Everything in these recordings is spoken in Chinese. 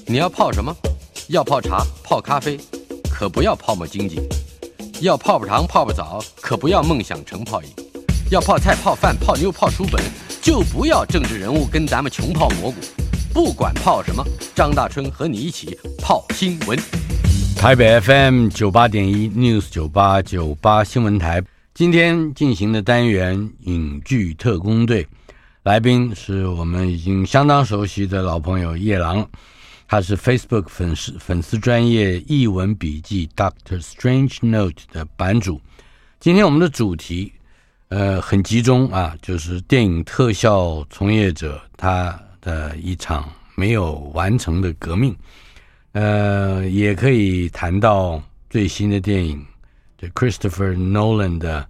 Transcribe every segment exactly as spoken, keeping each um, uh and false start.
你要泡什么？要泡茶、泡咖啡，可不要泡沫经济；要泡泡糖、泡泡澡，可不要梦想成泡影；要泡菜、泡饭、泡妞、泡书本，就不要政治人物跟咱们穷泡蘑菇。不管泡什么，张大春和你一起泡新闻。台北 F M 九八点一 News 九八九八新闻台，今天进行的单元影剧特工队，来宾是我们已经相当熟悉的老朋友叶郎，他是 Facebook 粉丝粉丝专页译文笔记 Doctor Strange Note 的版主。今天我们的主题呃很集中啊，就是电影特效从业者他的一场没有完成的革命。呃，也可以谈到最新的电影，就 Christopher Nolan 的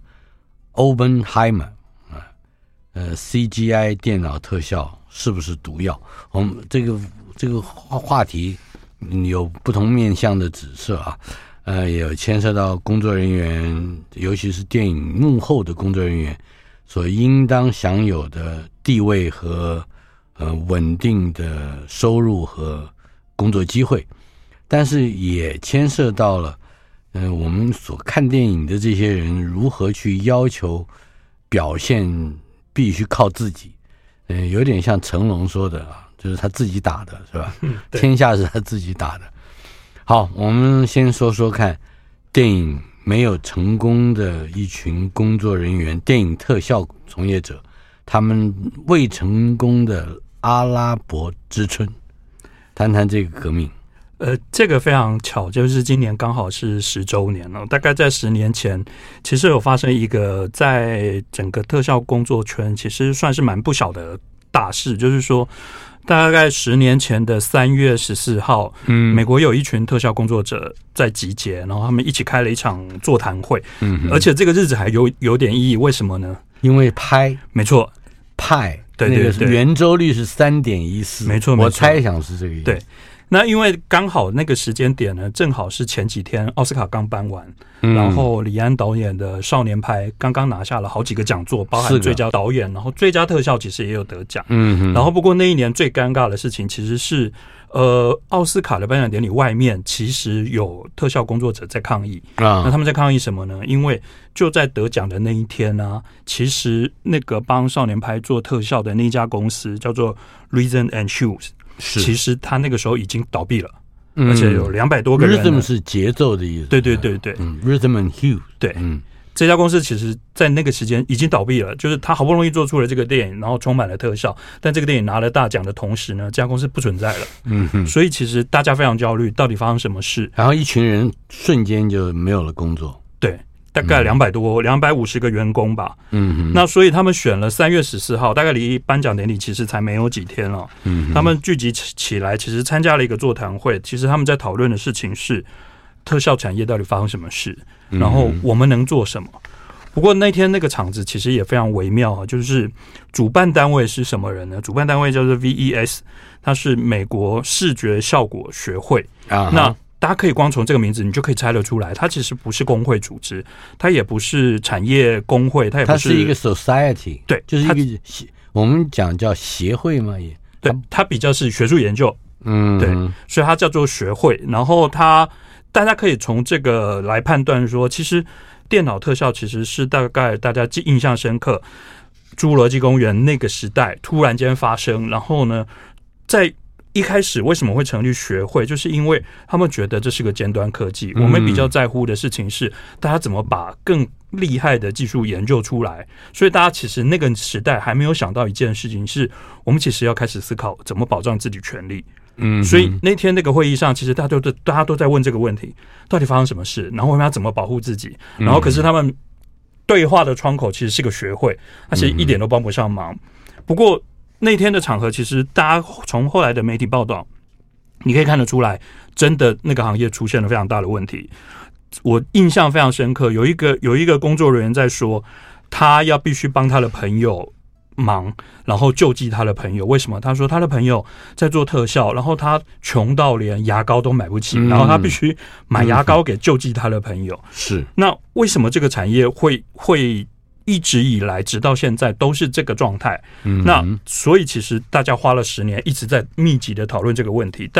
Oppenheimer 啊，呃 ，C G I 电脑特效是不是毒药？我们这个这个话题有不同面向的指涉啊，呃，也有牵涉到工作人员，尤其是电影幕后的工作人员所应当享有的地位和呃稳定的收入和工作机会，但是也牵涉到了，嗯、呃，我们所看电影的这些人如何去要求表现必须靠自己，嗯、呃，有点像成龙说的啊，就是他自己打的，是吧？嗯，天下是他自己打的。好，我们先说说看，电影没有成功的一群工作人员，电影特效从业者，他们未成功的阿拉伯之春。谈谈这个革命。 呃，这个非常巧，就是今年刚好是十周年了。大概在十年前，其实有发生一个在整个特效工作圈其实算是蛮不小的大事，就是说，大概十年前的三月十四号，嗯，美国有一群特效工作者在集结，然后他们一起开了一场座谈会，嗯，而且这个日子还有有点意义，为什么呢？ 因为拍，没错， 派。 对对对， 那个圆周率是三点一四， 没错， 我猜想是这个意思。 对，那因为刚好那个时间点呢，正好是前几天奥斯卡刚颁完，嗯、然后李安导演的《少年派》刚刚拿下了好几个奖座，包含最佳导演，然后最佳特效其实也有得奖。嗯，然后不过那一年最尴尬的事情其实是，呃，奥斯卡的颁奖典礼外面其实有特效工作者在抗议啊。那他们在抗议什么呢？因为就在得奖的那一天呢、啊，其实那个帮少年派做特效的那一家公司叫做 Rhythm and Hues， 其实他那个时候已经倒闭了，嗯、而且有两百多个人。 Rhythm 是节奏的意思。 对对对对， 嗯 ，Rhythm and Hues， 对，嗯。这家公司其实在那个时间已经倒闭了，就是他好不容易做出了这个电影，然后充满了特效，但这个电影拿了大奖的同时呢，这家公司不存在了。嗯哼，所以其实大家非常焦虑，到底发生什么事？ 然后一群人瞬间就没有了工作。 对，大概两百多、两百五十个员工吧。嗯哼，那所以他们选了三月十四号，大概离颁奖典礼其实才没有几天了。嗯哼，他们聚集起来，其实参加了一个座谈会。其实他们在讨论的事情是特效产业到底发生什么事，然后我们能做什么。不过那天那个场子其实也非常微妙啊，就是主办单位是什么人呢？主办单位叫做 V E S， 它是美国视觉效果学会。Uh-huh. 那大家可以光从这个名字你就可以猜得出来，它其实不是工会组织，它也不是产业工会，它也不是， 它是一个 society， 对， 就是一个我们讲叫协会嘛，也对，它比较是学术研究，嗯，对，所以它叫做学会。然后它大家可以从这个来判断说，其实电脑特效其实是大概大家印象深刻，侏罗纪公园那个时代突然间发生，然后呢，在一开始为什么会成立学会，就是因为他们觉得这是个尖端科技，我们比较在乎的事情是大家怎么把更厉害的技术研究出来，所以大家其实那个时代还没有想到一件事情，是我们其实要开始思考怎么保障自己权利。嗯，所以那天那个会议上，其实大家都大家都在问这个问题：到底发生什么事？然后我们要怎么保护自己？然后可是他们对话的窗口其实是个学会，而且一点都帮不上忙。不过那天的场合，其实大家从后来的媒体报道，你可以看得出来，真的那个行业出现了非常大的问题。我印象非常深刻，有一个有一个工作人员在说，他要必须帮他的朋友忙，然后救济他的朋友。为什么？他说他的朋友在做特效，然后他穷到连牙膏都买不起，嗯、然后他必须买牙膏给救济他的朋友。是，那为什么这个产业会会一直以来直到现在都是这个状态？嗯、那所以其实大家花了十年一直在密集的讨论这个问题，但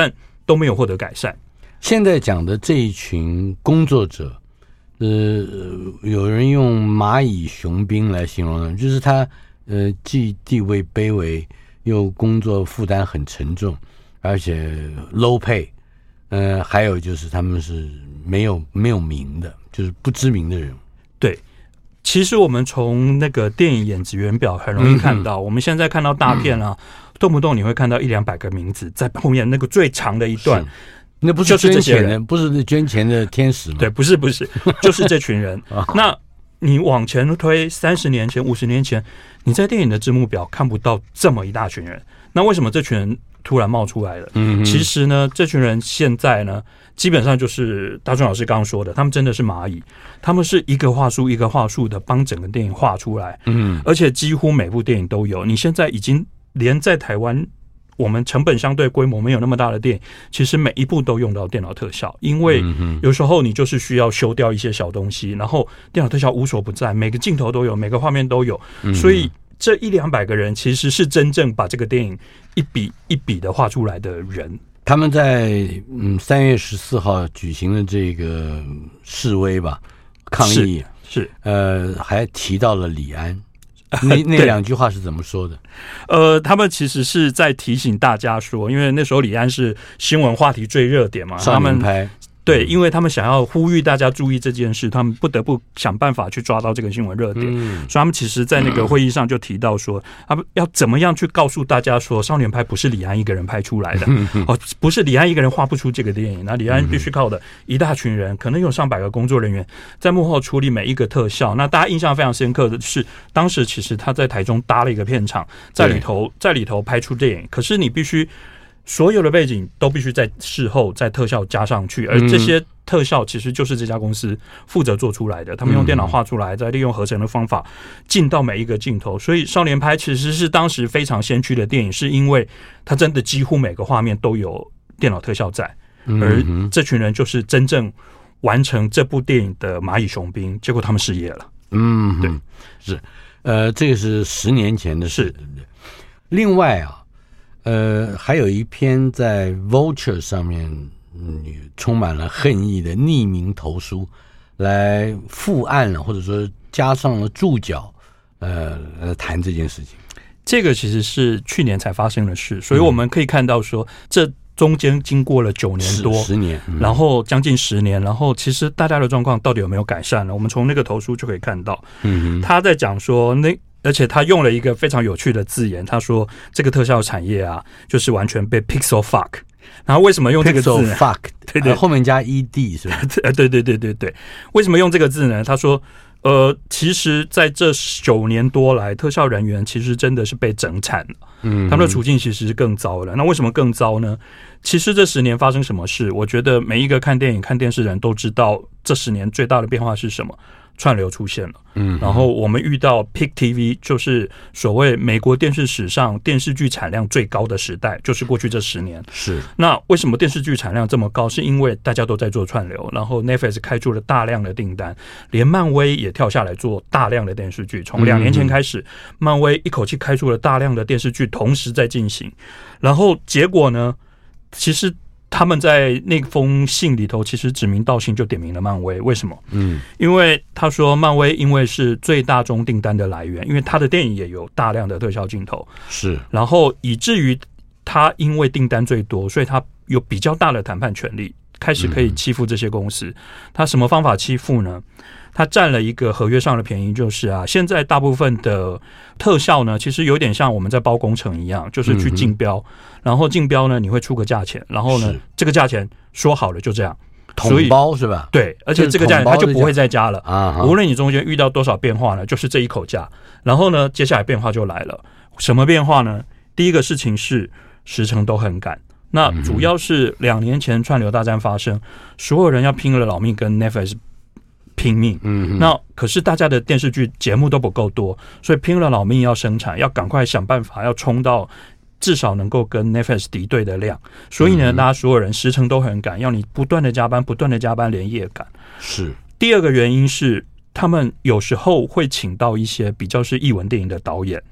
都没有获得改善。 现在讲的这一群工作者，呃，有人用蚂蚁雄兵来形容的，就是他呃既地位卑微，又工作负担很沉重，而且 low pay， 呃，还有就是他们是没有没有名的，就是不知名的人。 对。其实我们从那个电影演职员表很容易看到，嗯、我们现在看到大片啊，嗯、动不动你会看到一两百个名字在后面那个最长的一段， 那不是捐钱的，不是捐钱的天使吗？ 对，不是不是，就是这群人。那你往前推三十年前、五十年前，你在电影的字幕表看不到这么一大群人，那为什么这群人突然冒出来了？嗯，其实呢，这群人现在呢，基本上就是大壮老师刚刚说的，他们真的是蚂蚁，他们是一个话术一个话术的帮整个电影画出来，嗯，而且几乎每部电影都有。你现在已经连在台湾，我们成本相对规模没有那么大的电影，其实每一部都用到电脑特效，因为有时候你就是需要修掉一些小东西，然后电脑特效无所不在，每个镜头都有，每个画面都有，所以这一两百个人其实是真正把这个电影一笔一笔的画出来的人。 他们在嗯三月十四号举行的这个示威吧，抗议是, 是呃还提到了李安，那那两句话是怎么说的？ 呃，他们其实是在提醒大家说，因为那时候李安是新闻话题最热点嘛， 少年派。 对，因为他们想要呼吁大家注意这件事，他们不得不想办法去抓到这个新闻热点，嗯、所以他们其实在那个会议上就提到说，他们要怎么样去告诉大家说，少年派不是李安一个人拍出来的，嗯、哦，不是李安一个人画不出这个电影，那李安必须靠的一大群人，可能有上百个工作人员在幕后处理每一个特效。那大家印象非常深刻的是，当时其实他在台中搭了一个片场，在里头在里头拍出电影，可是你必须。所有的背景都必须在事后在特效加上去，而这些特效其实就是这家公司负责做出来的，他们用电脑画出来，再利用合成的方法进到每一个镜头。所以少年派其实是当时非常先驱的电影，是因为它真的几乎每个画面都有电脑特效在，而这群人就是真正完成这部电影的蚂蚁雄兵，结果他们失业了。 嗯，对，是，呃，这个是十年前的事，对不对？另外啊。呃，还有一篇在 Vulture 上面，嗯，充满了恨意的匿名投书，来附案了，或者说加上了注脚，呃，来谈这件事情。 这个其实是去年才发生的事，所以我们可以看到说，嗯、这中间经过了九年多， 十年，嗯、 然后将近十年，然后其实大家的状况到底有没有改善呢？我们从那个投书就可以看到，嗯，他在讲说那。而且他用了一个非常有趣的字眼，他说这个特效产业啊，就是完全被 pixel fuck。然后为什么用这个字呢 ？pixel fuck， 对对， 后面加 ed 是吧？ 对对对对对，为什么用这个字呢？他说，呃，其实在这九年多来，特效人员其实真的是被整惨了，嗯，他们的处境其实是更糟了。那为什么更糟呢？其实这十年发生什么事？我觉得每一个看电影、看电视的人都知道，这十年最大的变化是什么？串流出现了，嗯，然后我们遇到 Peak T V， 就是所谓美国电视史上电视剧产量最高的时代，就是过去这十年。 是， 那为什么电视剧产量这么高？是因为大家都在做串流，然后 Netflix 开出了大量的订单，连漫威也跳下来做大量的电视剧。从两年前开始，漫威一口气开出了大量的电视剧，同时在进行，然后结果呢，其实。他们在那封信里头，其实指名道姓就点名了漫威。为什么？嗯，因为他说漫威因为是最大宗订单的来源，因为他的电影也有大量的特效镜头， 是， 然后以至于他因为订单最多，所以他有比较大的谈判权利，开始可以欺负这些公司。嗯、他什么方法欺负呢？他占了一个合约上的便宜，就是啊，现在大部分的特效呢，其实有点像我们在包工程一样，就是去竞标，嗯、然后竞标呢，你会出个价钱，然后呢，这个价钱说好了就这样， 统包是吧？ 对，而且这个价钱它就不会再加了啊。无论你中间遇到多少变化呢，就是这一口价，然后呢，接下来变化就来了。什么变化呢？第一个事情是时程都很赶。那主要是两年前串流大战发生，所有人要拼了老命跟 Netflix。拼命，嗯，那可是大家的电视剧节目都不够多，所以拼了老命要生产，要赶快想办法，要冲到至少能够跟 Netflix 敌对的量。所以呢，大家所有人时程都很赶，要你不断的加班，不断的加班，连夜赶。 是。 第二个原因是，他们有时候会请到一些比较是艺文电影的导演，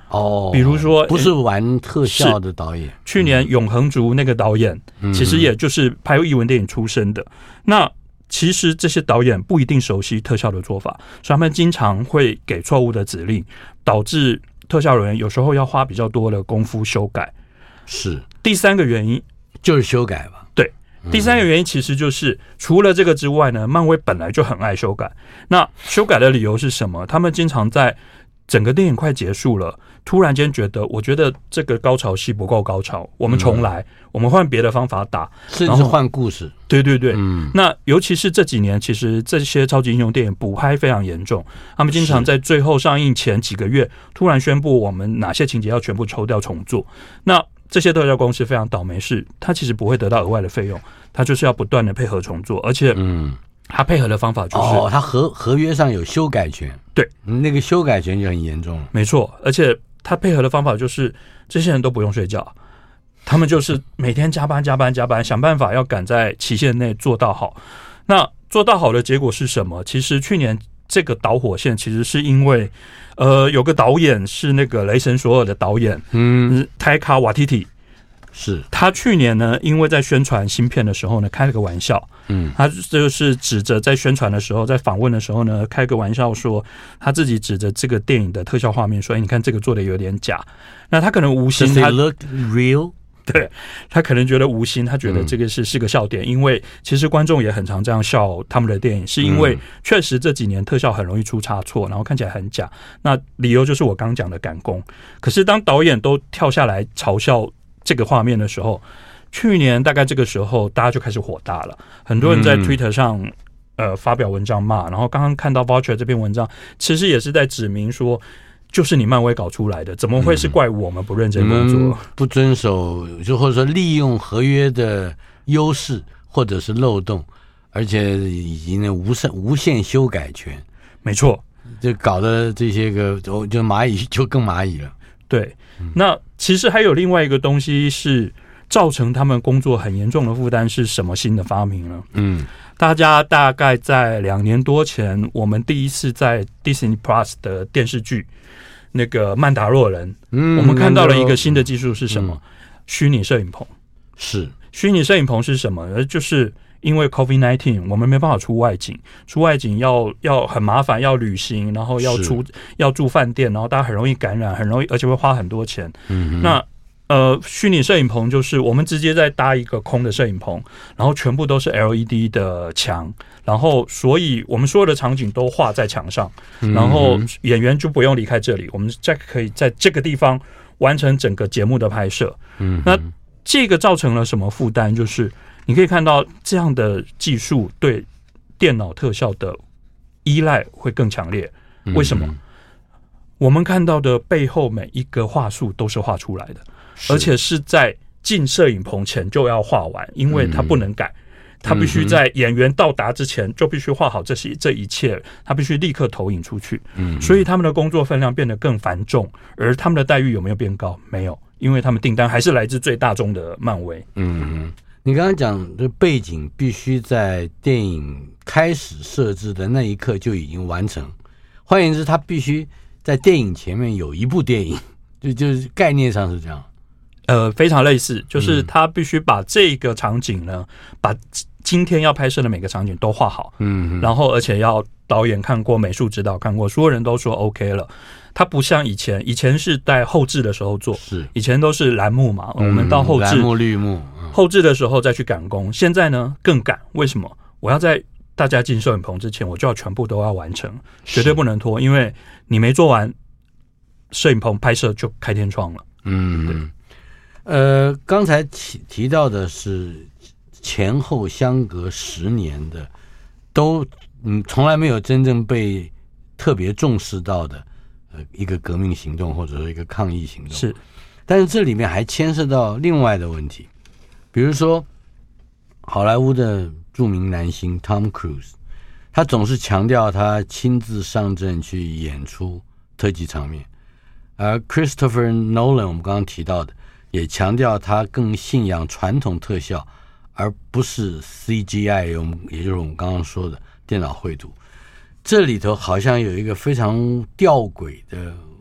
哦， 比如说不是玩特效的导演， 去年《永恒族》那个导演，嗯、其实也就是拍译文电影出身的。那其实这些导演不一定熟悉特效的做法，所以他们经常会给错误的指令，导致特效人员有时候要花比较多的功夫修改。 是第三个原因就是修改吧？ 对，第三个原因其实就是除了这个之外呢，漫威本来就很爱修改。那修改的理由是什么？他们经常在整个电影快结束了，突然间觉得，我觉得这个高潮戏不够高潮，我们重来，嗯、我们换别的方法打， 甚至换故事。 对对对， 嗯， 那尤其是这几年，其实这些超级英雄电影补拍非常严重，他们经常在最后上映前几个月突然宣布我们哪些情节要全部抽掉重做。那这些特效公司非常倒霉，是他其实不会得到额外的费用，他就是要不断的配合重做，而且嗯。他配合的方法就是， 哦，他合合约上有修改权， 对， 那个修改权就很严重了， 没错。而且他配合的方法就是，这些人都不用睡觉，他们就是每天加班加班加班，想办法要赶在期限内做到好。那做到好的结果是什么？其实去年这个导火线其实是因为，呃，有个导演是那个《雷神索尔》的导演，嗯，泰卡瓦蒂蒂。 是他去年呢，因为在宣传新片的时候呢，开了个玩笑，嗯，他就是指着在宣传的时候，在访问的时候呢，开个玩笑说，他自己指着这个电影的特效画面说：“哎，你看这个做的有点假。”那他可能无心，他 look real， 对他可能觉得无心，他觉得这个是是个笑点，因为其实观众也很常这样笑他们的电影，是因为确实这几年特效很容易出差错，然后看起来很假。那理由就是我刚讲的赶工。可是当导演都跳下来嘲笑这个画面的时候，去年大概这个时候，大家就开始火大了。很多人在 Twitter 上、嗯、呃发表文章骂，然后刚刚看到 Vulture 这篇文章，其实也是在指明说，就是你漫威搞出来的，怎么会是怪我们不认真工作、嗯、 不遵守，就或者说利用合约的优势或者是漏洞，而且以及呢无限无限修改权， 没错， 就搞得这些个就蚂蚁就更蚂蚁了。 对，那其实还有另外一个东西是造成他们工作很严重的负担，是什么新的发明呢？嗯，大家大概在两年多前，我们第一次在 Disney Plus 的电视剧那个《曼达洛人》，嗯，我们看到了一个新的技术是什么？嗯、虚拟摄影棚。 是虚拟摄影棚是什么？就是因为 COVID 十九 我们没办法出外景，出外景要要很麻烦，要旅行，然后要出要住饭店，然后大家很容易感染，很容易，而且会花很多钱。嗯，那呃，虚拟摄影棚就是我们直接在搭一个空的摄影棚，然后全部都是 L E D 的墙，然后所以我们所有的场景都画在墙上，然后演员就不用离开这里，我们再可以在这个地方完成整个节目的拍摄。嗯，那这个造成了什么负担？就是你可以看到这样的技术对电脑特效的依赖会更强烈。为什么？嗯、我们看到的背后每一个画素都是画出来的，而且是在进摄影棚前就要画完，因为它不能改，它必须在演员到达之前就必须画好这些这一切，它必须立刻投影出去。嗯，所以他们的工作分量变得更繁重，而他们的待遇有没有变高？没有，因为他们订单还是来自最大宗的漫威。 嗯，你刚刚讲的背景必须在电影开始设置的那一刻就已经完成，换言之，它必须在电影前面有一部电影，就就是概念上是这样。 呃，非常类似，就是他必须把这个场景呢，嗯、把今天要拍摄的每个场景都画好，嗯，然后而且要导演看过，美术指导看过，所有人都说 OK 了。它不像以前，以前是在后制的时候做，是以前都是栏目嘛，嗯、我们到后制栏目绿幕， 嗯、后制的时候再去赶工。现在呢更赶，为什么？我要在大家进摄影棚之前，我就要全部都要完成，绝对不能拖，因为你没做完，摄影棚拍摄就开天窗了。 嗯，对。呃，刚才提提到的是前后相隔十年的，都嗯从来没有真正被特别重视到的呃一个革命行动或者说一个抗议行动。 是， 但是这里面还牵涉到另外的问题，比如说好莱坞的著名男星 Tom Cruise， 他总是强调他亲自上阵去演出特技场面，而 Christopher Nolan 我们刚刚提到的也强调他更信仰传统特效，而不是 C G I， 也就是我们刚刚说的电脑绘图。这里头好像有一个非常吊诡的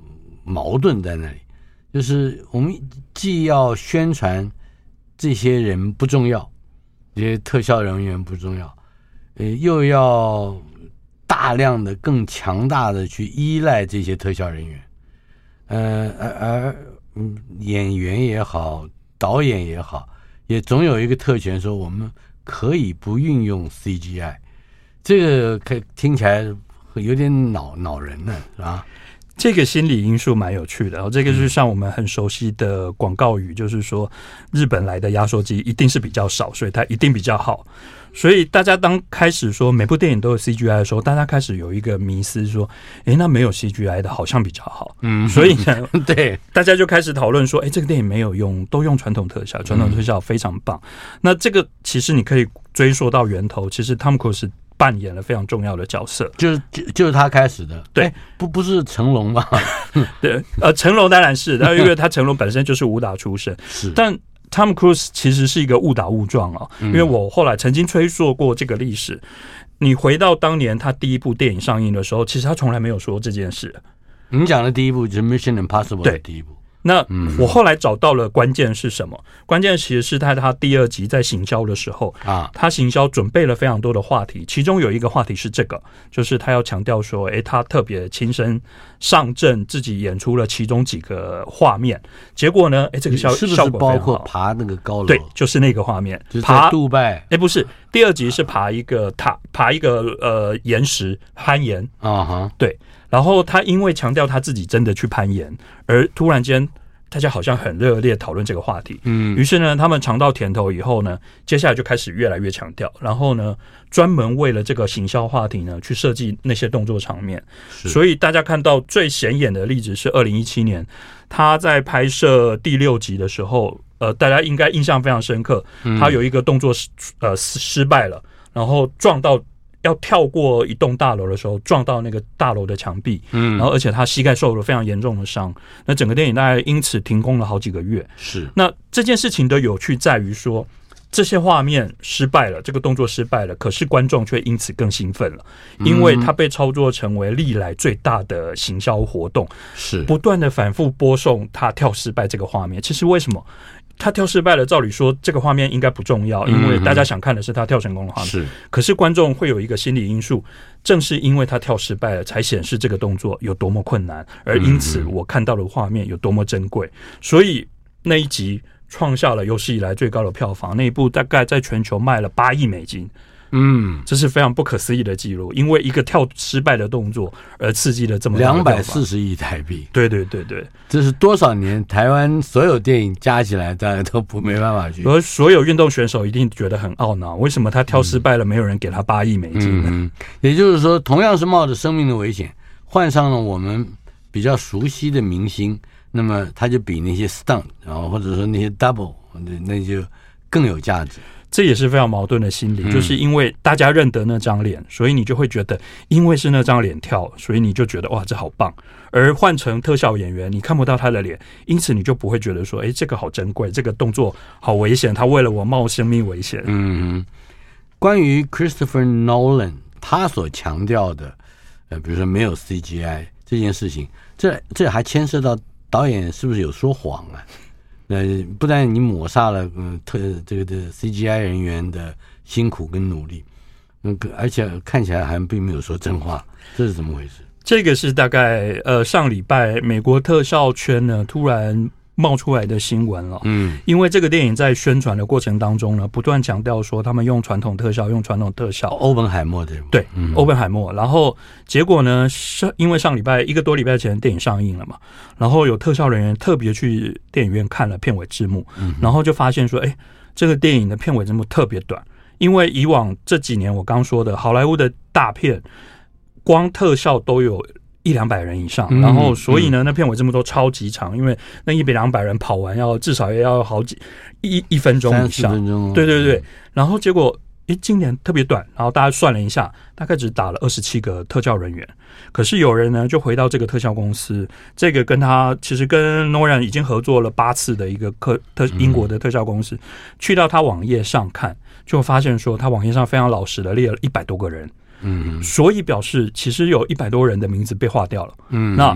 矛盾在那里，就是我们既要宣传这些人不重要，这些特效人员不重要，呃，又要大量的更强大的去依赖这些特效人员，呃，而而嗯，演员也好，导演也好，也总有一个特权说我们可以不运用 C G I， 这个可听起来有点恼恼人呢，是吧？ 这个心理因素蛮有趣的，然后这个就像我们很熟悉的广告语，就是说日本来的压缩机一定是比较少，所以它一定比较好。所以大家当开始说每部电影都有 C G I 的时候，大家开始有一个迷思说，诶，那没有 C G I 的好像比较好。嗯，所以呢， 对， 大家就开始讨论说，诶，这个电影没有用，都用传统特效，传统特效非常棒。嗯、那这个其实你可以追溯到源头，其实汤姆·克鲁斯扮演了非常重要的角色， 就是就是他开始的， 对， 不不是成龙吗？ 对，呃，成龙当然是，但因为他成龙本身就是武打出身， 是， 但Tom Cruise 其实是一个误打误撞啊，因为我后来曾经追溯过这个历史。你回到当年他第一部电影上映的时候，其实他从来没有说这件事。 你讲的第一部就是 Mission Impossible 的第一部。 那我后来找到了关键是什么？关键其实是在他第二集在行销的时候啊，他行销准备了非常多的话题，其中有一个话题是这个，就是他要强调说，诶，他特别亲身上阵，自己演出了其中几个画面。结果呢，诶，这个效是不是包括爬那个高楼？ 对，就是那个画面， 就是在杜拜。 诶，不是，第二集是爬一个塔，爬一个呃岩石攀岩啊哈，对。然后他因为强调他自己真的去攀岩，而突然间大家好像很热烈讨论这个话题，嗯，于是呢，他们尝到甜头以后呢，接下来就开始越来越强调，然后呢，专门为了这个行销话题呢，去设计那些动作场面。所以大家看到最显眼的例子是二零一七年他在拍摄第六集的时候，呃，大家应该印象非常深刻，他有一个动作呃失败了，然后撞到。要跳过一栋大楼的时候，撞到那个大楼的墙壁，嗯，然后而且他膝盖受了非常严重的伤，那整个电影大概因此停工了好几个月。 是， 那这件事情的有趣在于说，这些画面失败了，这个动作失败了，可是观众却因此更兴奋了，因为它被操作成为历来最大的行销活动， 是不断的反复播送他跳失败这个画面。其实为什么？他跳失败了，照理说这个画面应该不重要，因为大家想看的是他跳成功的画面。 是， 可是观众会有一个心理因素，正是因为他跳失败了，才显示这个动作有多么困难，而因此我看到的画面有多么珍贵。所以那一集创下了有史以来最高的票房，那一部大概在全球卖了八亿美金。嗯，这是非常不可思议的记录，因为一个跳失败的动作而刺激了这么多两百四十亿台币。 对对对对， 这是多少年台湾所有电影加起来，大家都不没办法去。 而所有运动选手一定觉得很懊恼，为什么他跳失败了，没有人给他八亿美金呢？ 嗯，也就是说，同样是冒着生命的危险，换上了我们比较熟悉的明星，那么他就比那些 stunt， 然后或者说那些 double， 那就更有价值。 这也是非常矛盾的心理，嗯、就是因为大家认得那张脸，所以你就会觉得，因为是那张脸跳，所以你就觉得哇，这好棒。而换成特效演员，你看不到他的脸，因此你就不会觉得说，哎，这个好珍贵，这个动作好危险，他为了我冒生命危险。 嗯，关于 Christopher Nolan 他所强调的，呃，比如说没有 C G I 这件事情，这这还牵涉到导演是不是有说谎啊？那不但你抹杀了嗯特这个的 C G I 人员的辛苦跟努力，嗯，而且看起来还并没有说真话，这是怎么回事？ 这个是大概呃上礼拜美国特效圈呢突然冒出来的新闻了，嗯，因为这个电影在宣传的过程当中呢，不断强调说他们用传统特效，用传统特效。 欧本海默对对，嗯，欧本海默。然后结果呢，是因为上礼拜一个多礼拜前电影上映了嘛，然后有特效人员特别去电影院看了片尾字幕，嗯，然后就发现说，哎，这个电影的片尾字幕特别短，因为以往这几年我刚说的好莱坞的大片，光特效都有一两百人以上，然后所以呢，那片尾字幕都超级长，因为那一百两百人跑完要至少也要好几一一分钟以上， 三十分钟， 对对对。然后结果，诶，今年特别短，然后大家算了一下，大概只打了二十七个特效人员。可是有人呢，就回到这个特效公司，这个跟他其实跟 Nolan 已经合作了八次的一个特特英国的特效公司，嗯，去到他网页上看，就发现说他网页上非常老实的列了一百多个人。嗯，所以表示其实有一百多人的名字被划掉了。嗯，那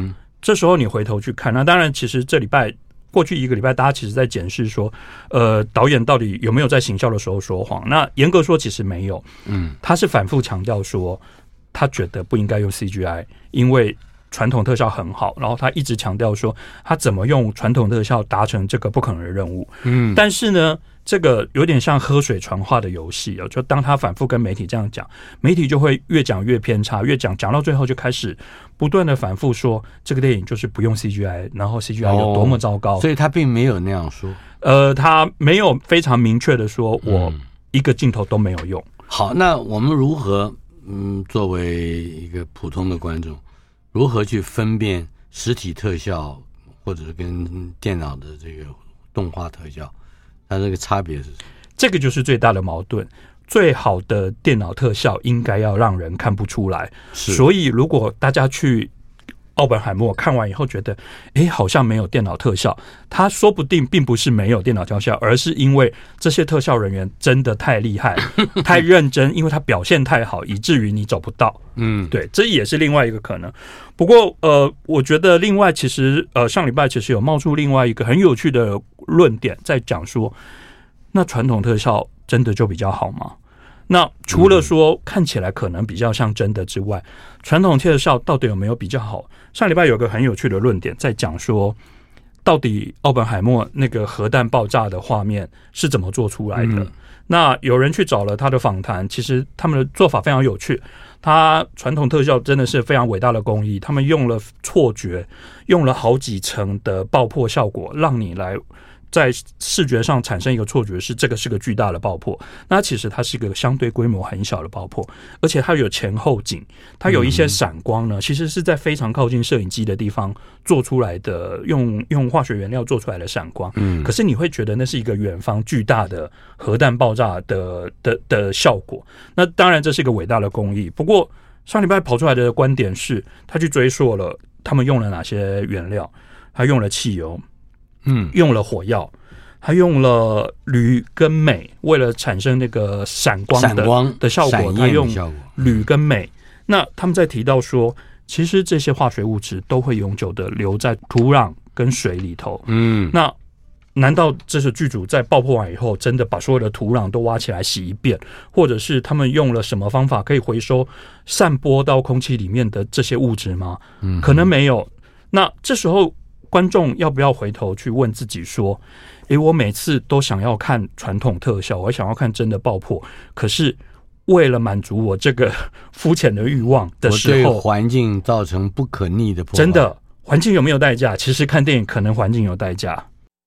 这时候你回头去看，那当然其实这礼拜过去一个礼拜，大家其实在检视说，呃，导演到底有没有在行销的时候说谎？那严格说其实没有，嗯，他是反复强调说，他觉得不应该用 C G I， 因为传统特效很好，然后他一直强调说，他怎么用传统特效达成这个不可能的任务，嗯，但是呢，这个有点像喝水传话的游戏哦，就当他反复跟媒体这样讲，媒体就会越讲越偏差，越讲讲到最后就开始不断的反复说这个电影就是不用 C G I， 然后 C G I 有多么糟糕， 哦，所以他并没有那样说。 呃，他没有非常明确的说我一个镜头都没有用。 嗯，好，那我们如何嗯作为一个普通的观众，如何去分辨实体特效或者跟电脑的这个动画特效？它这个差别是什么？ 这个就是最大的矛盾。最好的电脑特效应该要让人看不出来，所以如果大家去奥本海默看完以后觉得，哎，好像没有电脑特效，他说不定并不是没有电脑特效，而是因为这些特效人员真的太厉害、太认真，因为他表现太好，以至于你走不到。嗯，对，这也是另外一个可能。不过，呃，我觉得另外其实，呃，上礼拜其实有冒出另外一个很有趣的论点，在讲说，那传统特效真的就比较好吗？那除了说看起来可能比较像真的之外，传统特效到底有没有比较好？上礼拜有个很有趣的论点在讲说，到底奥本海默那个核弹爆炸的画面是怎么做出来的？嗯，那有人去找了他的访谈，其实他们的做法非常有趣。他传统特效真的是非常伟大的工艺，他们用了错觉，用了好几层的爆破效果，让你来在视觉上产生一个错觉，是这个是个巨大的爆破。那其实它是一个相对规模很小的爆破，而且它有前后景，它有一些闪光呢，其实是在非常靠近摄影机的地方做出来的，用用化学原料做出来的闪光。嗯，可是你会觉得那是一个远方巨大的核弹爆炸的的的效果。那当然这是一个伟大的工艺，不过上礼拜跑出来的观点是，他去追溯了他们用了哪些原料，他用了汽油。嗯，用了火药，他用了铝跟镁，为了产生那个闪光的闪光的效果，他用铝跟镁。那他们在提到说，其实这些化学物质都会永久的留在土壤跟水里头。嗯，那难道这是剧组在爆破完以后，真的把所有的土壤都挖起来洗一遍，或者是他们用了什么方法可以回收散播到空气里面的这些物质吗？嗯，可能没有。那这时候观众要不要回头去问自己说，诶，我每次都想要看传统特效，我想要看真的爆破，可是为了满足我这个肤浅的欲望的时候， 我对环境造成不可逆的破坏。 真的，环境有没有代价？其实看电影可能环境有代价。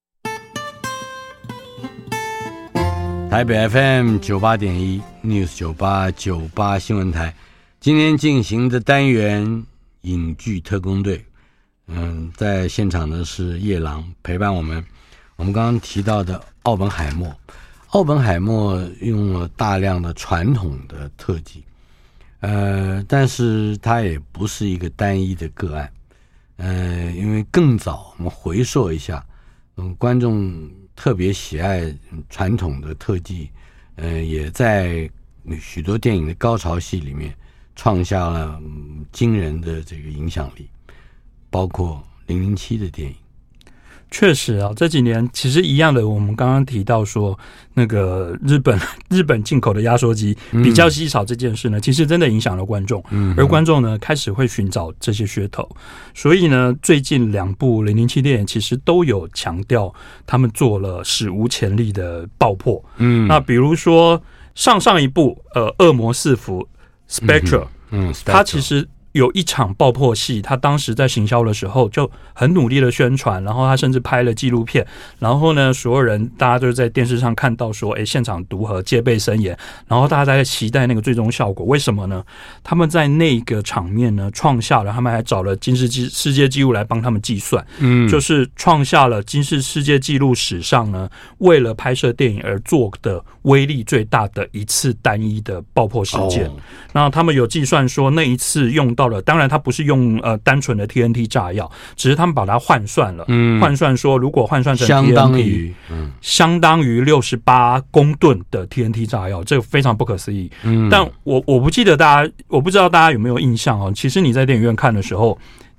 台北 F M 九八点一 News 九八九八新闻台，今天进行的单元影剧特工队。嗯，在现场的是叶郎陪伴我们。我们刚刚提到的奥本海默，奥本海默用了大量的传统的特技，呃，但是它也不是一个单一的个案，呃，因为更早我们回溯一下，嗯，观众特别喜爱传统的特技，呃，也在许多电影的高潮戏里面创下了、嗯、惊人的这个影响力。包括零零七的电影。 确实啊，这几年其实一样的，我们刚刚提到说那个日本日本进口的压缩机比较稀少这件事呢，嗯、其实真的影响了观众，嗯，而观众呢开始会寻找这些噱头，所以呢，最近两部零零七电影其实都有强调他们做了史无前例的爆破，嗯，那比如说上上一部呃恶魔四伏 Spectre， 嗯，嗯 Spectre， 它其实有一场爆破戏，他当时在行销的时候就很努力的宣传，然后他甚至拍了纪录片，然后呢，所有人大家都在电视上看到说，哎，现场毒核戒备森严，然后大家在期待那个最终效果。为什么呢？他们在那个场面呢，创下了，他们还找了金氏世界纪录来帮他们计算，嗯，就是创下了金氏世界纪录史上呢，为了拍摄电影而做的威力最大的一次单一的爆破事件。哦、那他们有计算说，那一次用到了，当然它不是用呃单纯的 T N T 炸药，只是他们把它换算了，嗯，换算说如果换算成 T N T， 相当于，嗯，相当于六十八公吨的 T N T 炸药，这个非常不可思议。嗯，但我我不记得大家，我不知道大家有没有印象哦。其实你在电影院看的时候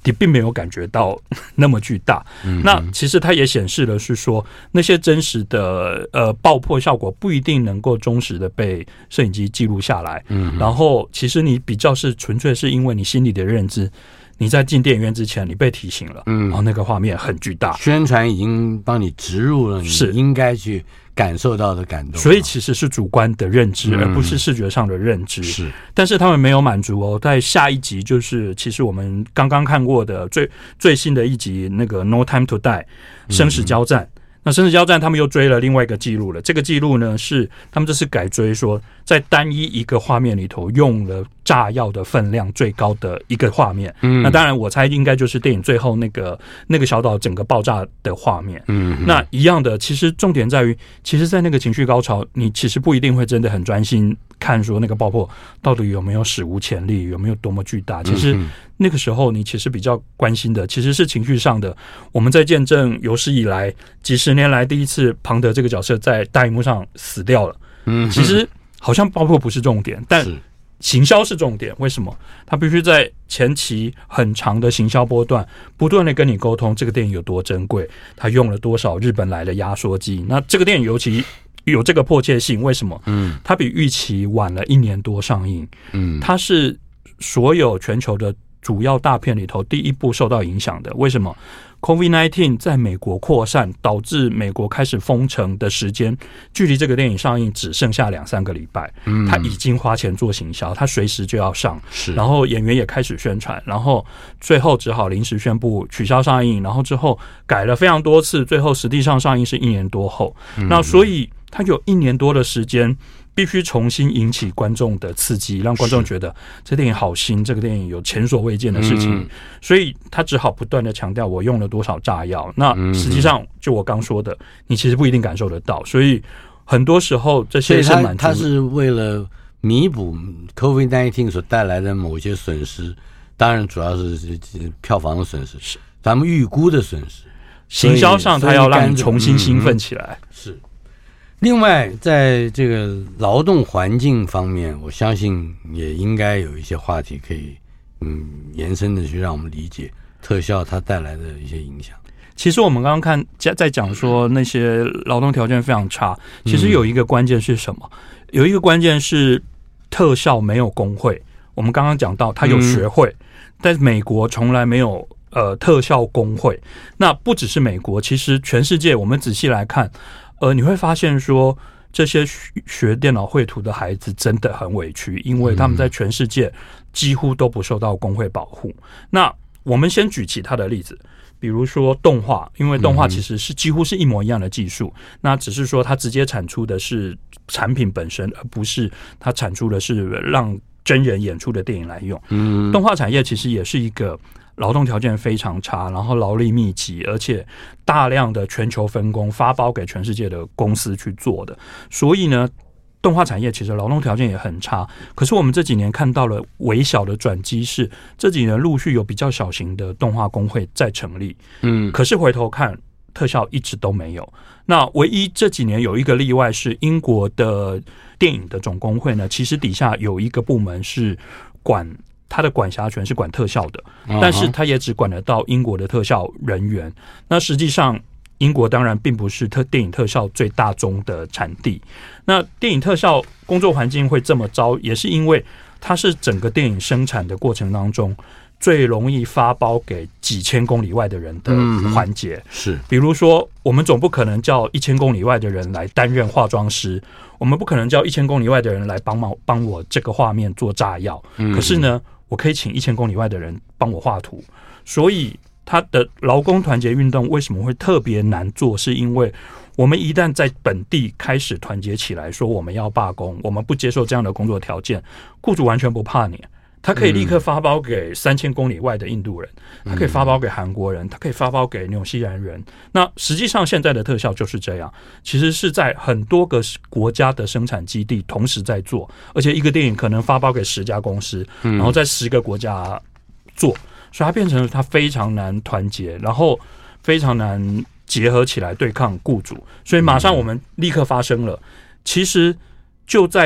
你并没有感觉到那么巨大。嗯、那其实它也显示了是说，那些真实的呃爆破效果不一定能够忠实的被摄影机记录下来。嗯，然后其实你比较是纯粹是因为你心里的认知。你在进电影院之前，你被提醒了，嗯，然后那个画面很巨大， 宣传已经帮你植入了，你应该去感受到的感动， 所以其实是主观的认知，嗯、而不是视觉上的认知。是，但是他们没有满足哦，在下一集就是其实我们刚刚看过的最最新的一集，那个《No Time to Die》生死交战。嗯那生死交战，他们又追了另外一个记录了。这个记录呢，是他们这次改追说，在单一一个画面里头用了炸药的分量最高的一个画面。嗯，那当然，我猜应该就是电影最后那个那个小岛整个爆炸的画面。嗯，那一样的，其实重点在于，其实，在那个情绪高潮，你其实不一定会真的很专心看说那个爆破到底有没有史无前例，有没有多么巨大。其实那个时候，你其实比较关心的，其实是情绪上的。我们在见证有史以来几十年来第一次庞德这个角色在大荧幕上死掉了。嗯，其实好像爆破不是重点，但行销是重点。为什么？他必须在前期很长的行销波段，不断的跟你沟通这个电影有多珍贵，他用了多少日本来的压缩机。那这个电影尤其有这个迫切性，为什么？嗯，它比预期晚了一年多上映。嗯，它是所有全球的主要大片里头第一部受到影响的。为什么 ？COVID 十九 在美国扩散，导致美国开始封城的时间，距离这个电影上映只剩下两三个礼拜。嗯，他已经花钱做行销，他随时就要上，是，然后演员也开始宣传，然后最后只好临时宣布取消上映，然后之后改了非常多次，最后实际上上映是一年多后。嗯、那所以他有一年多的时间。必须重新引起观众的刺激，让观众觉得这电影好新，这个电影有前所未见的事情，嗯、所以他只好不断的强调我用了多少炸药。那实际上，就我刚说的，你其实不一定感受得到。所以很多时候这些是满足， 他是为了弥补 COVID 十九 所带来的某些损失，当然主要是票房的损失，是咱们预估的损失。 行销上，他要让你重新兴奋起来。 嗯、是。另外，在这个劳动环境方面，我相信也应该有一些话题可以嗯延伸的去让我们理解特效它带来的一些影响。 其实我们刚刚看在讲说那些劳动条件非常差，其实有一个关键是什么？有一个关键是特效没有工会。我们刚刚讲到它有学会，嗯、但美国从来没有呃特效工会。那不只是美国，其实全世界我们仔细来看。呃，你会发现说，这些学电脑绘图的孩子真的很委屈，因为他们在全世界几乎都不受到工会保护。嗯、那我们先举其他的例子，比如说动画，因为动画其实是几乎是一模一样的技术，嗯、那只是说它直接产出的是产品本身，而不是它产出的是让真人演出的电影来用。嗯，动画产业其实也是一个劳动条件非常差，然后劳力密集，而且大量的全球分工发包给全世界的公司去做的，所以呢，动画产业其实劳动条件也很差。可是我们这几年看到了微小的转机，是这几年陆续有比较小型的动画工会在成立。嗯，可是回头看，特效一直都没有。那唯一这几年有一个例外是英国的电影的总工会呢，其实底下有一个部门是管。他的管辖权是管特效的，但是他也只管得到英国的特效人员。那实际上，英国当然并不是特电影特效最大宗的产地。那电影特效工作环境会这么糟，也是因为它是整个电影生产的过程当中最容易发包给几千公里外的人的环节。嗯、是，比如说，我们总不可能叫一千公里外的人来担任化妆师，我们不可能叫一千公里外的人来帮忙帮我这个画面做炸药。嗯、可是呢，我可以请一千公里外的人帮我画图，所以他的劳工团结运动为什么会特别难做？是因为我们一旦在本地开始团结起来，说我们要罢工，我们不接受这样的工作条件，雇主完全不怕你，他可以立刻发包给三千公里外的印度人，他可以发包给韩国人，他可以发包给纽西兰人。那实际上现在的特效就是这样，其实是在很多个国家的生产基地同时在做，而且一个电影可能发包给十家公司，然后在十个国家做，所以它变成了它非常难团结，然后非常难结合起来对抗雇主。所以马上我们立刻发生了，其实就在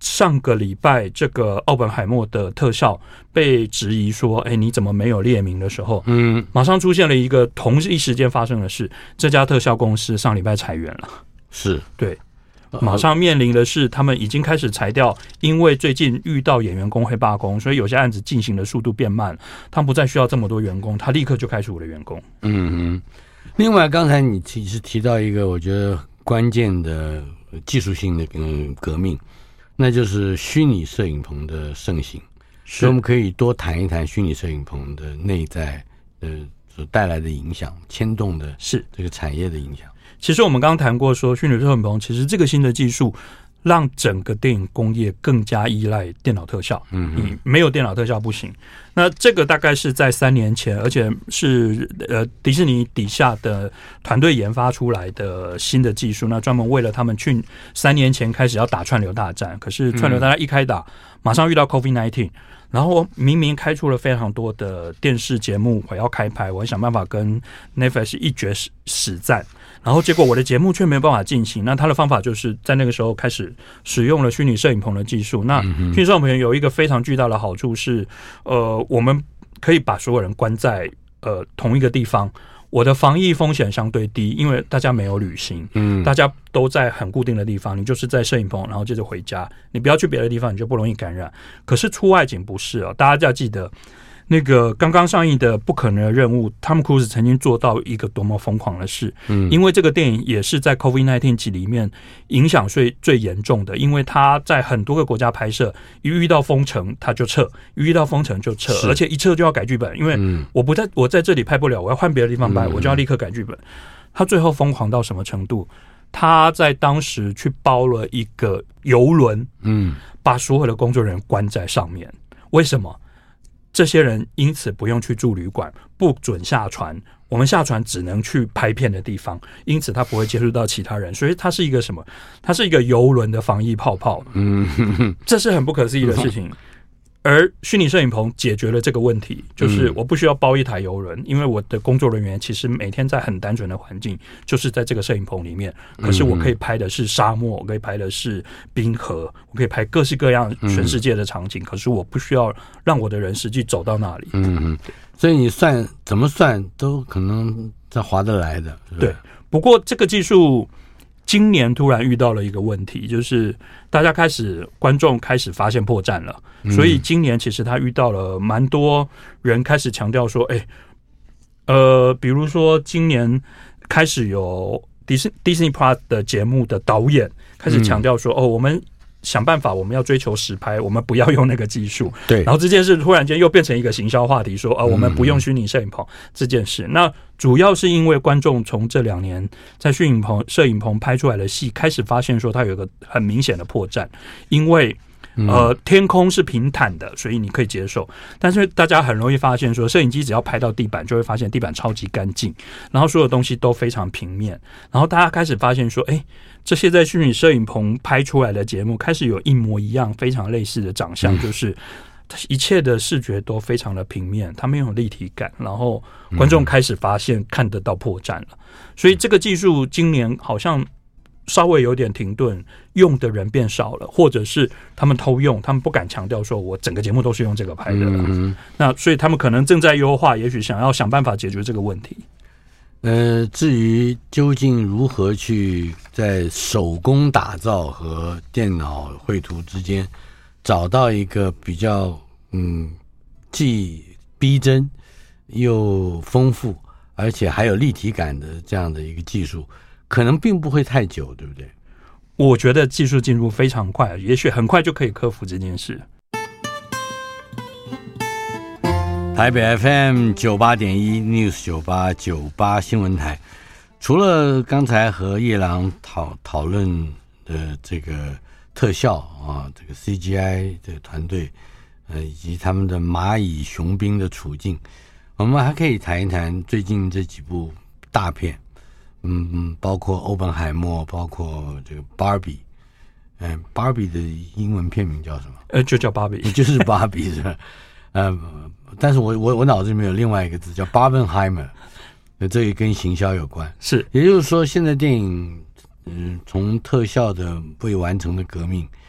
上个礼拜这个奥本海默的特效被质疑说，哎，你怎么没有列明的时候，嗯，马上出现了一个同一时间发生的事，这家特效公司上礼拜裁员了， 是对。马上面临的是，他们已经开始裁掉，因为最近遇到演员工会罢工，所以有些案子进行的速度变慢，他们不再需要这么多员工，他立刻就开除了员工。 嗯嗯。另外，刚才你其实提到一个我觉得关键的技术性的革命，那就是虚拟摄影棚的盛行。所以我们可以多谈一谈虚拟摄影棚的内在呃所带来的影响，牵动的是这个产业的影响。 其实我们刚刚谈过说，虚拟摄影棚其实这个新的技术让整个电影工业更加依赖电脑特效，嗯，你没有电脑特效不行。那这个大概是在三年前，而且是呃迪士尼底下的团队研发出来的新的技术。那专门为了他们去三年前开始要打串流大战，可是串流大战一开打，马上遇到 COVID 十九。然后明明开出了非常多的电视节目，我要开拍，我要想办法跟 Netflix 一决死战，然后结果我的节目却没有办法进行。那他的方法就是在那个时候开始使用了虚拟摄影棚的技术。那虚拟摄影棚有一个非常巨大的好处是，呃，我们可以把所有人关在呃同一个地方。我的防疫风险相对低，因为大家没有旅行，嗯，大家都在很固定的地方，你就是在摄影棚，然后接着回家，你不要去别的地方，你就不容易感染。可是出外景不是哦，大家要记得，那个刚刚上映的《不可能的任务》，汤姆·克鲁斯曾经做到一个多么疯狂的事，嗯，因为这个电影也是在 COVID 十九 里面影响最最严重的，因为他在很多个国家拍摄，一遇到封城他就撤，一遇到封城就撤，而且一撤就要改剧本，因为我不在我在这里拍不了，我要换别的地方拍，我就要立刻改剧本。他最后疯狂到什么程度？他在当时去包了一个邮轮，嗯，把所有的工作人员关在上面。为什么？这些人因此不用去住旅馆，不准下船，我们下船只能去拍片的地方，因此他不会接触到其他人，所以它是一个什么？它是一个邮轮的防疫泡泡，嗯，这是很不可思议的事情。而虚拟摄影棚解决了这个问题，就是我不需要包一台邮轮，因为我的工作人员其实每天在很单纯的环境，就是在这个摄影棚里面。可是我可以拍的是沙漠，我可以拍的是冰河，我可以拍各式各样全世界的场景。可是我不需要让我的人实际走到那里。嗯， 所以你算怎么算都可能在划得来的。 对，不过这个技术今年突然遇到了一个问题，就是大家开始观众开始发现破绽了，所以今年其实他遇到了蛮多人开始强调说，哎、欸，呃，比如说今年开始有 Disney Disney Plus 的节目的导演开始强调说，哦，我们想办法，我们要追求实拍，我们不要用那个技术。 对， 然后这件事突然间又变成一个行销话题，说啊，我们不用虚拟摄影棚这件事。那主要是因为观众从这两年在虚拟棚、摄影棚拍出来的戏，开始发现说它有一个很明显的破绽，因为呃天空是平坦的，所以你可以接受。但是大家很容易发现说，摄影机只要拍到地板，就会发现地板超级干净，然后所有东西都非常平面。然后大家开始发现说，哎、欸。这些在虚拟摄影棚拍出来的节目开始有一模一样非常类似的长相，就是一切的视觉都非常的平面，它没有立体感，然后观众开始发现看得到破绽了。所以这个技术今年好像稍微有点停顿，用的人变少了，或者是他们偷用，他们不敢强调说我整个节目都是用这个拍的了。嗯、那所以他们可能正在优化，也许想要想办法解决这个问题。 呃，至于究竟如何去在手工打造和电脑绘图之间找到一个比较嗯既逼真又丰富，而且还有立体感的这样的一个技术，可能并不会太久，对不对？ 我觉得技术进入非常快，也许很快就可以克服这件事。 台北 F M 九八点一 News 九八九八新闻台，除了刚才和叶郎讨讨论的这个特效啊，这个 C G I 的团队，呃，以及他们的蚂蚁雄兵的处境，我们还可以谈一谈最近这几部大片，嗯嗯，包括欧本海默，包括这个 Barbie， 嗯 ，Barbie 的英文片名叫什么？ 呃，就叫 Barbie， 就是芭比是吧？呃，但是我我我脑子里面有另外一个字叫 Barbenheimer， 这个跟行销有关。 是， 也就是说，现在电影，嗯、呃，从特效的未完成的革命，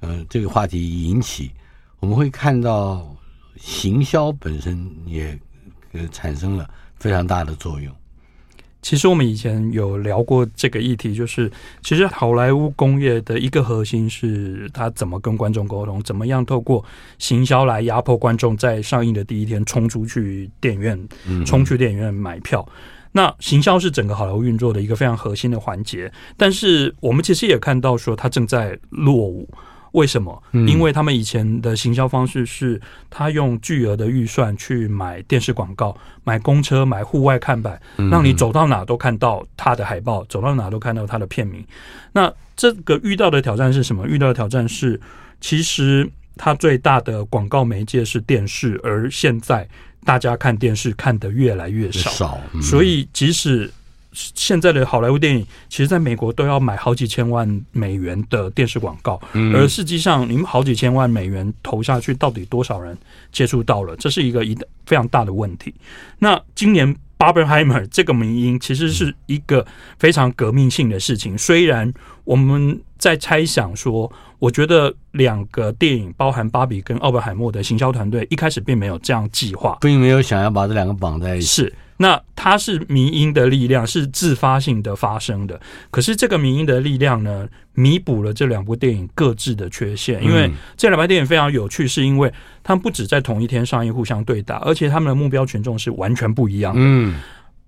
呃这个话题引起，我们会看到行销本身也呃产生了非常大的作用。 其实我们以前有聊过这个议题，就是其实好莱坞工业的一个核心是它怎么跟观众沟通，怎么样透过行销来压迫观众在上映的第一天冲出去电影院，冲去电影院买票。那行销是整个好莱坞运作的一个非常核心的环节，但是我们其实也看到说它正在落伍。为什么？因为他们以前的行销方式是他用巨额的预算去买电视广告，买公车，买户外看板，让你走到哪都看到他的海报，走到哪都看到他的片名。那这个遇到的挑战是什么？遇到的挑战是其实他最大的广告媒介是电视，而现在大家看电视看得越来越少， 少嗯、 所以即使现在的好莱坞电影，其实在美国都要买好几千万美元的电视广告，嗯、而实际上你们好几千万美元投下去，到底多少人接触到了？这是一个一非常大的问题。那今年巴本海默这个迷因其实是一个非常革命性的事情，虽然我们在猜想说，我觉得两个电影包含芭比跟奥本海默的行销团队一开始并没有这样计划， 并没有想要把这两个绑在一起。 是，那它是迷因的力量，是自发性的发生的。可是这个迷因的力量呢，弥补了这两部电影各自的缺陷。因为这两部电影非常有趣，是因为他们不只在同一天上映互相对打，而且他们的目标群众是完全不一样的。嗯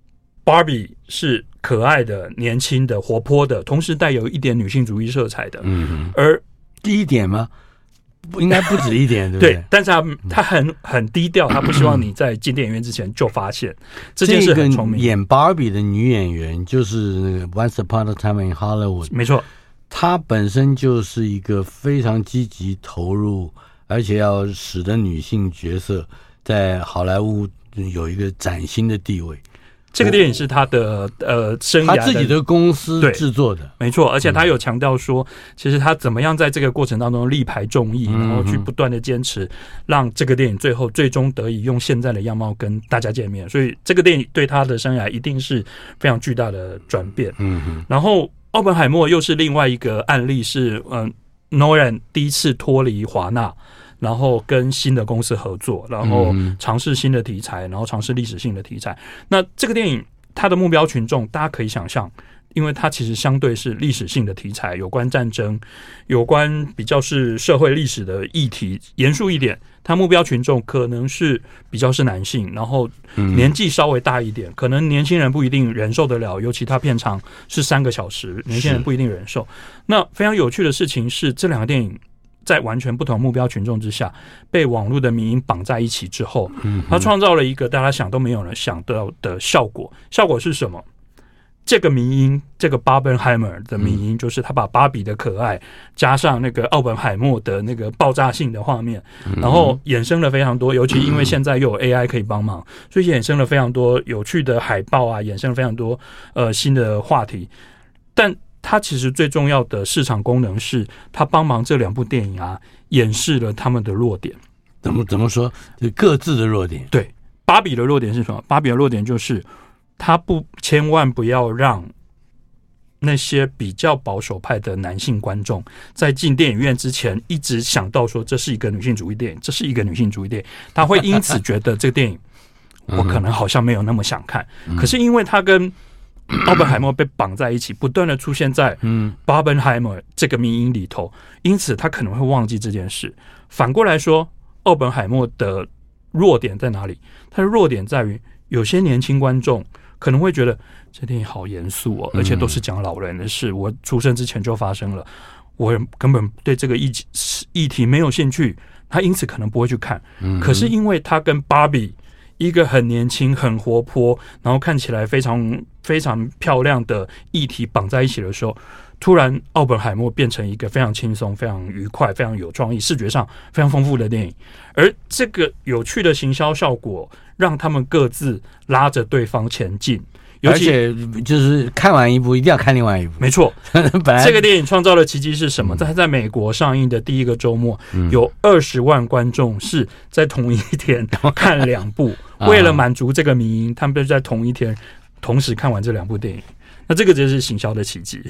，Barbie 是可爱的、年轻的、活泼的，同时带有一点女性主义色彩的。嗯，而第一点吗？应该不止一点，对不对？ 对，但是他他很很低调，他不希望你在进电影院之前就发现这件事很聪明。 这个演芭比的女演员就是那个 Once Upon a Time in Hollywood， 没错， 她本身就是一个非常积极投入，而且要使得女性角色在好莱坞有一个崭新的地位。 这个电影是他的呃生涯的， 他自己的公司制作的， 没错。而且他有强调说，其实他怎么样在这个过程当中力排众议，然后去不断的坚持，让这个电影最后最终得以用现在的样貌跟大家见面。所以这个电影对他的生涯一定是非常巨大的转变。嗯，然后奥本海默又是另外一个案例是，嗯 ，Nolan 第一次脱离华纳。然后跟新的公司合作，然后尝试新的题材，然后尝试历史性的题材。那这个电影它的目标群众，大家可以想象，因为它其实相对是历史性的题材，有关战争，有关比较是社会历史的议题。严肃一点，它目标群众可能是比较是男性，然后年纪稍微大一点，可能年轻人不一定忍受得了，尤其它片长是三个小时，年轻人不一定忍受。那非常有趣的事情是，这两个电影在完全不同目标群众之下，被网络的迷因绑在一起之后，他创造了一个大家想都没有人想到的效果。效果是什么？这个迷因，这个巴本海默的迷因，就是他把芭比的可爱加上那个奥本海默的那个爆炸性的画面，然后衍生了非常多，尤其因为现在又有 A I 可以帮忙，所以衍生了非常多有趣的海报啊，衍生了非常多呃新的话题。但它其实最重要的市场功能是，它帮忙这两部电影啊，掩饰了他们的弱点。 怎么怎么说？就各自的弱点。 对，芭比的弱点是什么？芭比的弱点就是，它不千万不要让那些比较保守派的男性观众在进电影院之前，一直想到说这是一个女性主义电影，这是一个女性主义电影，他会因此觉得这个电影我可能好像没有那么想看。嗯、可是因为他跟奥本海默被绑在一起，不断的出现在巴本海默这个迷因里头，因此他可能会忘记这件事。反过来说，奥本海默的弱点在哪里？他的弱点在于，有些年轻观众可能会觉得这电影好严肃哦，而且都是讲老人的事，我出生之前就发生了，我根本对这个议议题没有兴趣，他因此可能不会去看。可是因为他跟芭比一个很年轻、很活泼，然后看起来非常非常漂亮的议题绑在一起的时候，突然奥本海默变成一个非常轻松、非常愉快、非常有创意、视觉上非常丰富的电影。而这个有趣的行销效果，让他们各自拉着对方前进。 而且就是看完一部一定要看另外一部， 没错。 本来这个电影创造的奇迹是什么？在、嗯、在美国上映的第一个周末，嗯、有二十万观众是在同一天看两部，为了满足这个迷因，他们就在同一天同时看完这两部电影。那这个就是行销的奇迹。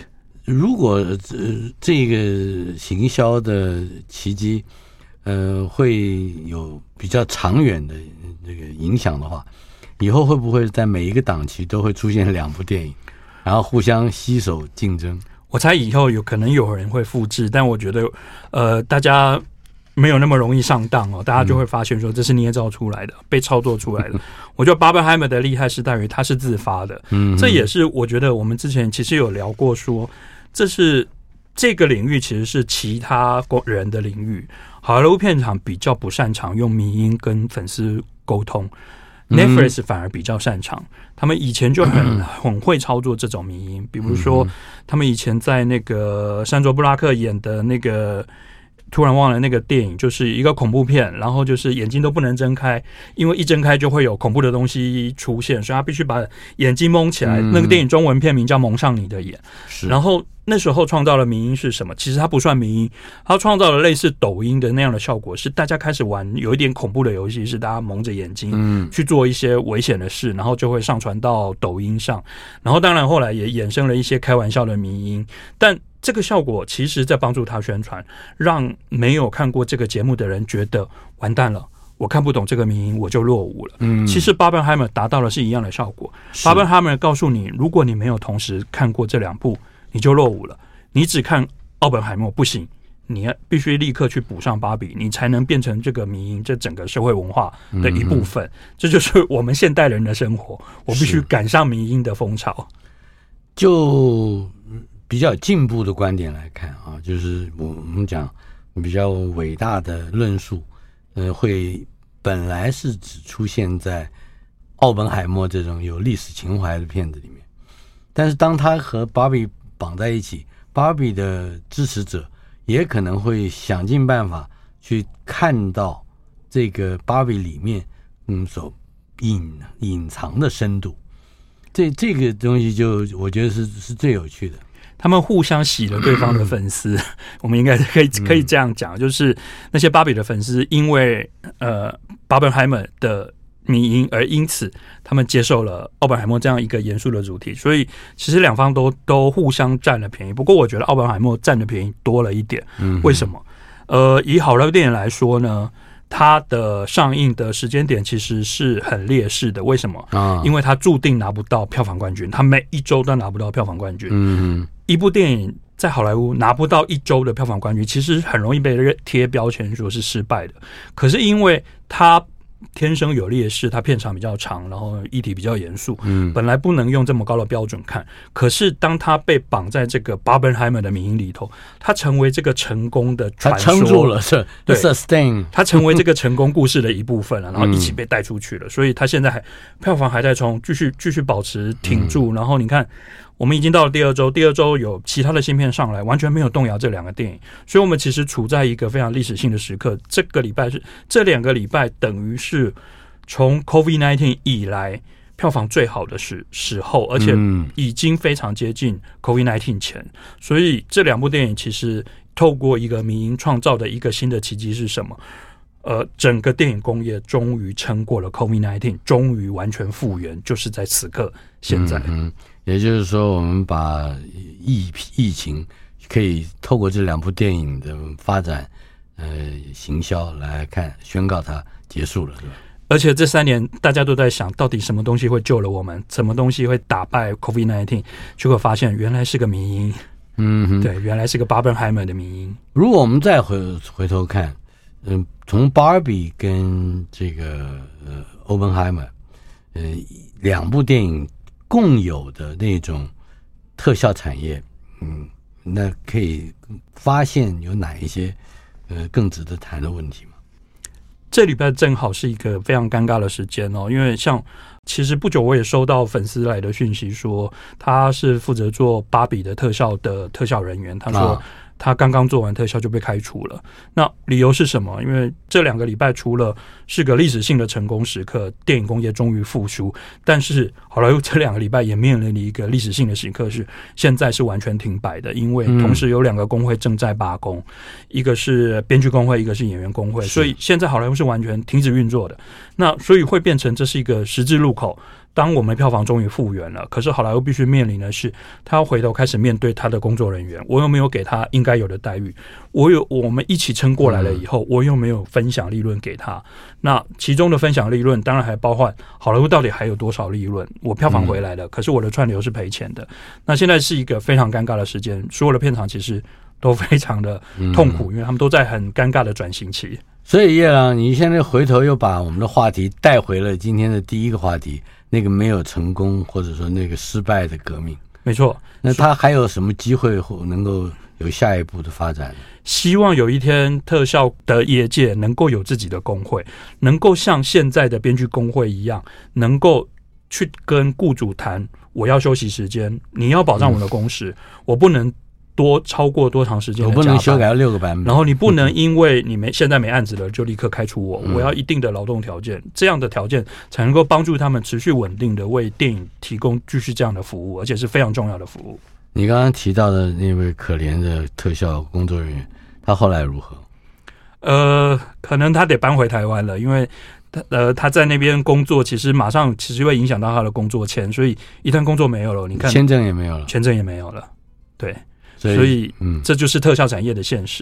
如果呃这个行销的奇迹，呃，会有比较长远的这个影响的话，以后会不会在每一个档期都会出现两部电影，然后互相携手竞争？ 我猜以后有可能有人会复制，但我觉得，呃，大家没有那么容易上当哦，大家就会发现说这是捏造出来的，嗯、被操作出来的。我觉得巴本海默的厉害是在于他是自发的，嗯，这也是我觉得我们之前其实有聊过说，这是这个领域其实是其他人的领域，好莱坞片场比较不擅长用迷因跟粉丝沟通。Netflix 反而比较擅长，他们以前就很很会操作这种迷因，比如说他们以前在那个山卓布拉克演的那个突然忘了那个电影，就是一个恐怖片，然后就是眼睛都不能睁开，因为一睁开就会有恐怖的东西出现，所以他必须把眼睛蒙起来。那个电影中文片名叫《蒙上你的眼》，然后那时候创造了迷因是什么？其实它不算迷因，它创造了类似抖音的那样的效果，是大家开始玩有一点恐怖的游戏，是大家蒙着眼睛、嗯、去做一些危险的事，然后就会上传到抖音上。然后当然后来也衍生了一些开玩笑的迷因，但这个效果其实在帮助他宣传，让没有看过这个节目的人觉得完蛋了，我看不懂这个迷因，我就落伍了。嗯，其实巴本海默达到的是一样的效果。巴本海默告诉你，如果你没有同时看过这两部，你就落伍了。你只看奥本海默不行，你必须立刻去补上芭比，你才能变成这个迷因，这整个社会文化的一部分。嗯、这就是我们现代人的生活。我必须赶上迷因的风潮。 就比较进步的观点来看啊，就是我们讲比较伟大的论述，呃，会本来是只出现在奥本海默这种有历史情怀的片子里面，但是当他和芭比绑在一起，芭比的支持者也可能会想尽办法去看到这个芭比里面嗯所隐隐藏的深度，这这个东西就我觉得是是最有趣的。 他们互相洗了对方的粉丝，我们应该可以可以这样讲，就是那些芭比的粉丝因为呃巴本海默的迷因而因此他们接受了奥本海默这样一个严肃的主题，所以其实两方都都互相占了便宜。不过我觉得奥本海默占的便宜多了一点，嗯，为什么？呃，以好莱坞电影来说呢，它的上映的时间点其实是很劣势的。为什么？啊，因为它注定拿不到票房冠军，它每一周都拿不到票房冠军。嗯，一部电影在好莱坞拿不到一周的票房冠军，其实很容易被贴标签说是失败的。可是因为它天生有劣势，它片长比较长，然后议题比较严肃，嗯，本来不能用这么高的标准看。可是当他被绑在这个巴本海默的迷因里头，他成为这个成功的传说， 他撑住了，是对 sustain， 他成为这个成功故事的一部分了，然后一起被带出去了。嗯、所以他现在还票房还在冲，继续继续保持挺住。嗯、然后你看，我们已经到了第二周，第二周有其他的新片上来，完全没有动摇这两个电影，所以我们其实处在一个非常历史性的时刻。这个礼拜是这两个礼拜，等于是从 COVID 十九 以来票房最好的时时候，而且已经非常接近 COVID 十九 前，所以这两部电影其实透过一个迷因创造的一个新的奇迹是什么？呃，整个电影工业终于撑过了 COVID 十九，终于完全复原，就是在此刻现在。嗯嗯， 也就是说，我们把疫疫情可以透过这两部电影的发展，呃，行销来看，宣告它结束了，是吧？ 而且这三年大家都在想，到底什么东西会救了我们？什么东西会打败 COVID 十九？ 结果发现原来是个迷因。嗯哼，对，原来是个巴本海默的迷因。 如果我们再回回头看，嗯、呃，从芭比跟这个呃欧本海默，呃，两部电影共有的那种特效产业，嗯，那可以发现有哪一些呃更值得谈的问题吗？ 这礼拜正好是一个非常尴尬的时间哦，因为像其实不久我也收到粉丝来的讯息说，他是负责做芭比的特效的特效人员，他说他刚刚做完特效就被开除了。那理由是什么？因为这两个礼拜除了是个历史性的成功时刻，电影工业终于复苏，但是好莱坞这两个礼拜也面临了一个历史性的时刻，是现在是完全停摆的，因为同时有两个工会正在罢工，嗯、一个是编剧工会，一个是演员工会，所以现在好莱坞是完全停止运作的。那所以会变成这是一个十字路口。当我们票房终于复原了，可是好莱坞必须面临的是，他要回头开始面对他的工作人员，我有没有给他应该有的待遇？我有，我们一起撑过来了以后，我又没有分享利润给他。那其中的分享利润，当然还包括好莱坞到底还有多少利润？我票房回来了，可是我的串流是赔钱的。那现在是一个非常尴尬的时间，所有的片场其实都非常的痛苦，因为他们都在很尴尬的转型期。 所以叶郎，你现在回头又把我们的话题带回了今天的第一个话题。那个没有成功或者说那个失败的革命， 没错。 那他还有什么机会能够有下一步的发展呢？ 希望有一天特效的业界能够有自己的工会，能够像现在的编剧工会一样，能够去跟雇主谈，我要休息时间，你要保障我的工时，嗯、我不能多超过多长时间的加班， 我不能修改六个版本， 然后你不能因为你没现在没案子了就立刻开除我， 嗯、 我要一定的劳动条件，这样的条件才能够帮助他们持续稳定的为电影提供继续这样的服务，而且是非常重要的服务。 你刚刚提到的那位可怜的特效工作人员，他后来如何？ 呃，可能他得搬回台湾了，因为他呃他在那边工作，其实马上其实会影响到他的工作签，所以一旦工作没有了，你看签证也没有了， 签证也没有了，对。 所以, 所以嗯， 这就是特效产业的现实。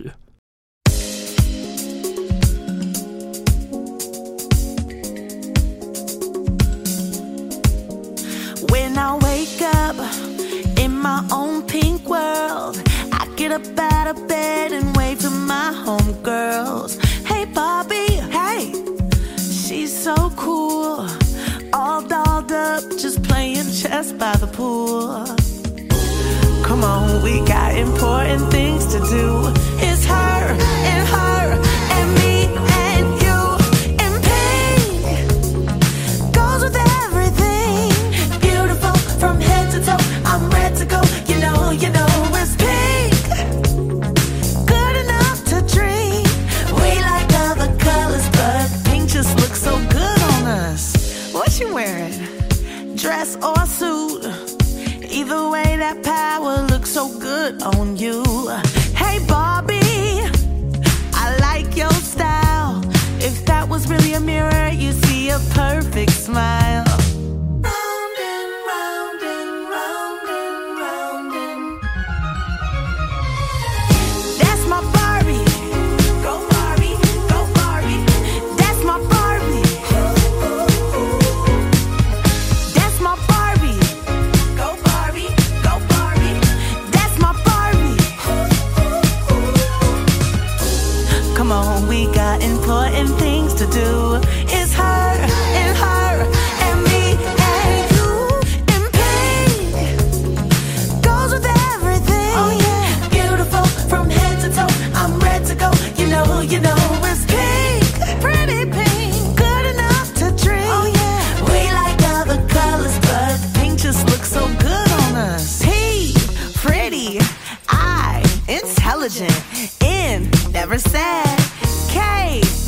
When I wake up in my own pink world, I get up out of bed and wave to my homegirls. Hey Bobby, hey, she's so cool, all dolled up, just playing chess by the pool.Come on, we got important things to do. It's her and her and me and you. And pink goes with everything. Beautiful from head to toe. I'm ready to go. You know, you know it's pink. Good enough to dream. We like other colors, but pink just looks so good on us. What you wearing? Dress or suit?Either way, that power looks so good on you. Hey, Barbie, I like your style. If that was really a mirror, you see a perfect smile. Round and round and round and round and That's my Barbie. Go Barbie, go Barbie. That's my Barbie.That's my Barbie.Go Barbie, that's my Barbie. Come on, we got important things to do. It's her and her and me and you. And pink goes with everything. Oh yeah, beautiful from head to toe. I'm ready to go. You know, you know it's pink, pretty pink, good enough to dream. Oh yeah, we like other colors, but pink just looks so good on us. P, pretty, I, intelligent, N, never sad, K,